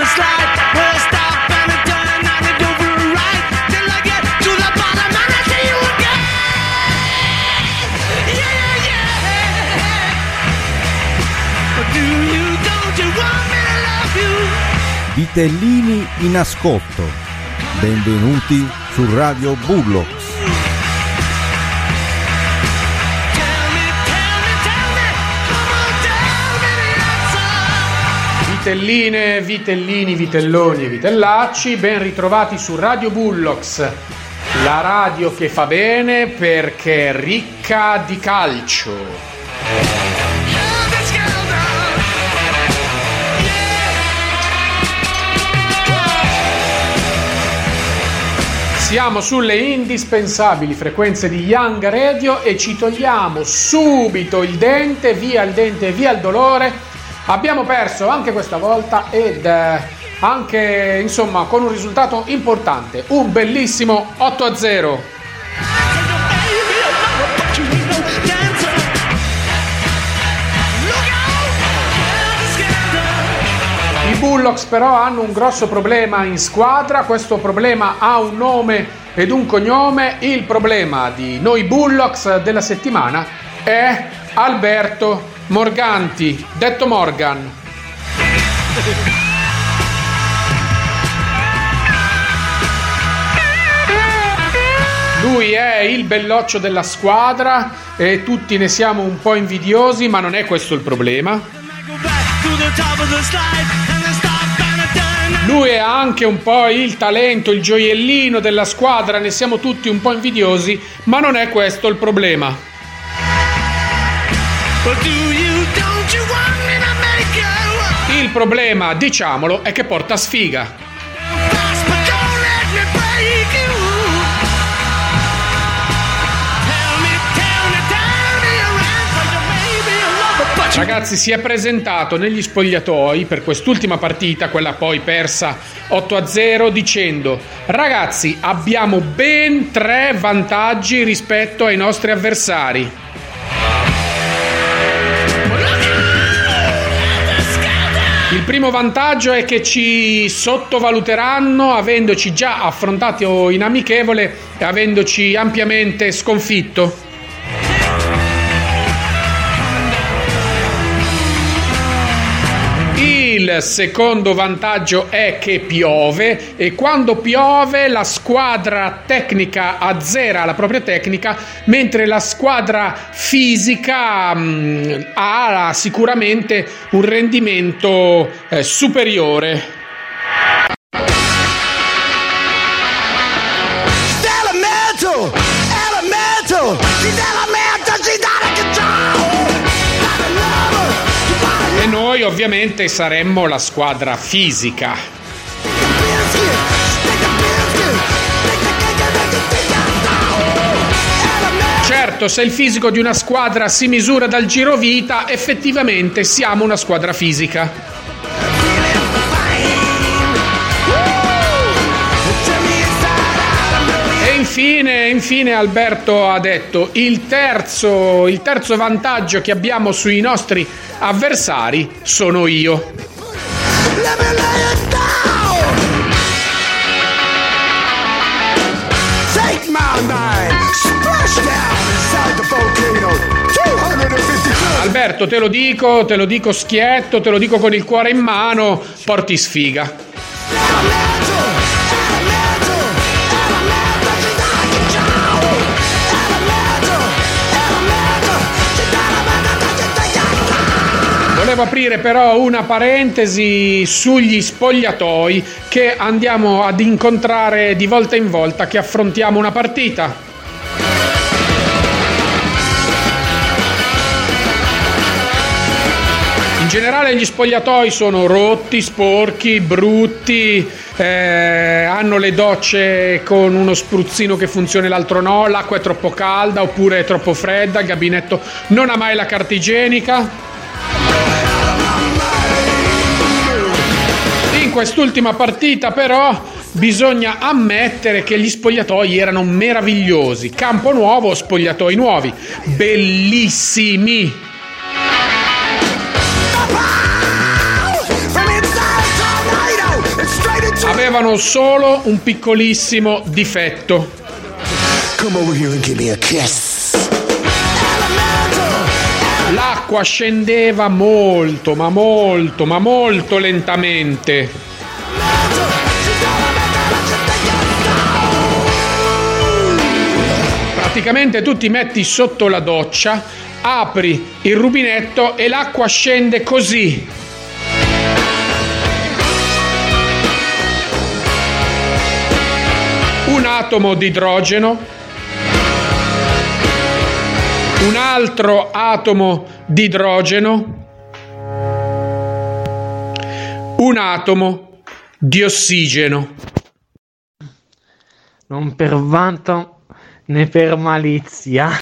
Vitellini in ascolto. Benvenuti su Radio Bullocks. Vitelline, vitellini, vitelloni e vitellacci, ben ritrovati su Radio Bullocks, la radio che fa bene perché è ricca di calcio. Siamo sulle indispensabili frequenze di Young Radio e ci togliamo subito il dente e via il dolore. Abbiamo perso anche questa volta ed anche insomma con un risultato importante, un bellissimo 8-0. I Bullocks però hanno un grosso problema in squadra, questo problema ha un nome ed un cognome, il problema di noi Bullocks della settimana è Alberto Morganti, detto Morgan. Lui è il belloccio della squadra e tutti ne siamo un po' invidiosi, ma non è questo il problema. Lui è anche un po' il talento, il gioiellino della squadra, ne siamo tutti un po' invidiosi, ma non è questo il problema. Il problema, diciamolo, è che porta sfiga. Ragazzi, si è presentato negli spogliatoi per quest'ultima partita, quella poi persa 8-0, dicendo: ragazzi, abbiamo ben 3 vantaggi rispetto ai nostri avversari. Il primo vantaggio è che ci sottovaluteranno avendoci già affrontato in amichevole e avendoci ampiamente sconfitto. Il secondo vantaggio è che piove e quando piove la squadra tecnica azzera la propria tecnica, mentre la squadra fisica ha sicuramente un rendimento superiore. E noi ovviamente saremmo la squadra fisica. Certo, se il fisico di una squadra si misura dal girovita, effettivamente siamo una squadra fisica. Infine Alberto ha detto il terzo vantaggio che abbiamo sui nostri avversari sono io. Alberto, te lo dico schietto, te lo dico con il cuore in mano, porti sfiga. Volevo aprire però una parentesi sugli spogliatoi che andiamo ad incontrare di volta in volta che affrontiamo una partita. In generale gli spogliatoi sono rotti, sporchi, brutti, hanno le docce con uno spruzzino che funziona e l'altro no, l'acqua è troppo calda oppure è troppo fredda, il gabinetto non ha mai la carta igienica. In quest'ultima partita però bisogna ammettere che gli spogliatoi erano meravigliosi. Campo nuovo, spogliatoi nuovi, bellissimi. avevano solo un piccolissimo difetto. Come over here and give me a kiss. L'acqua scendeva molto, ma molto, ma molto lentamente. Praticamente tu ti metti sotto la doccia, apri il rubinetto e l'acqua scende così. Un atomo di idrogeno, un altro atomo di idrogeno, un atomo di ossigeno. Non per vanto né per malizia.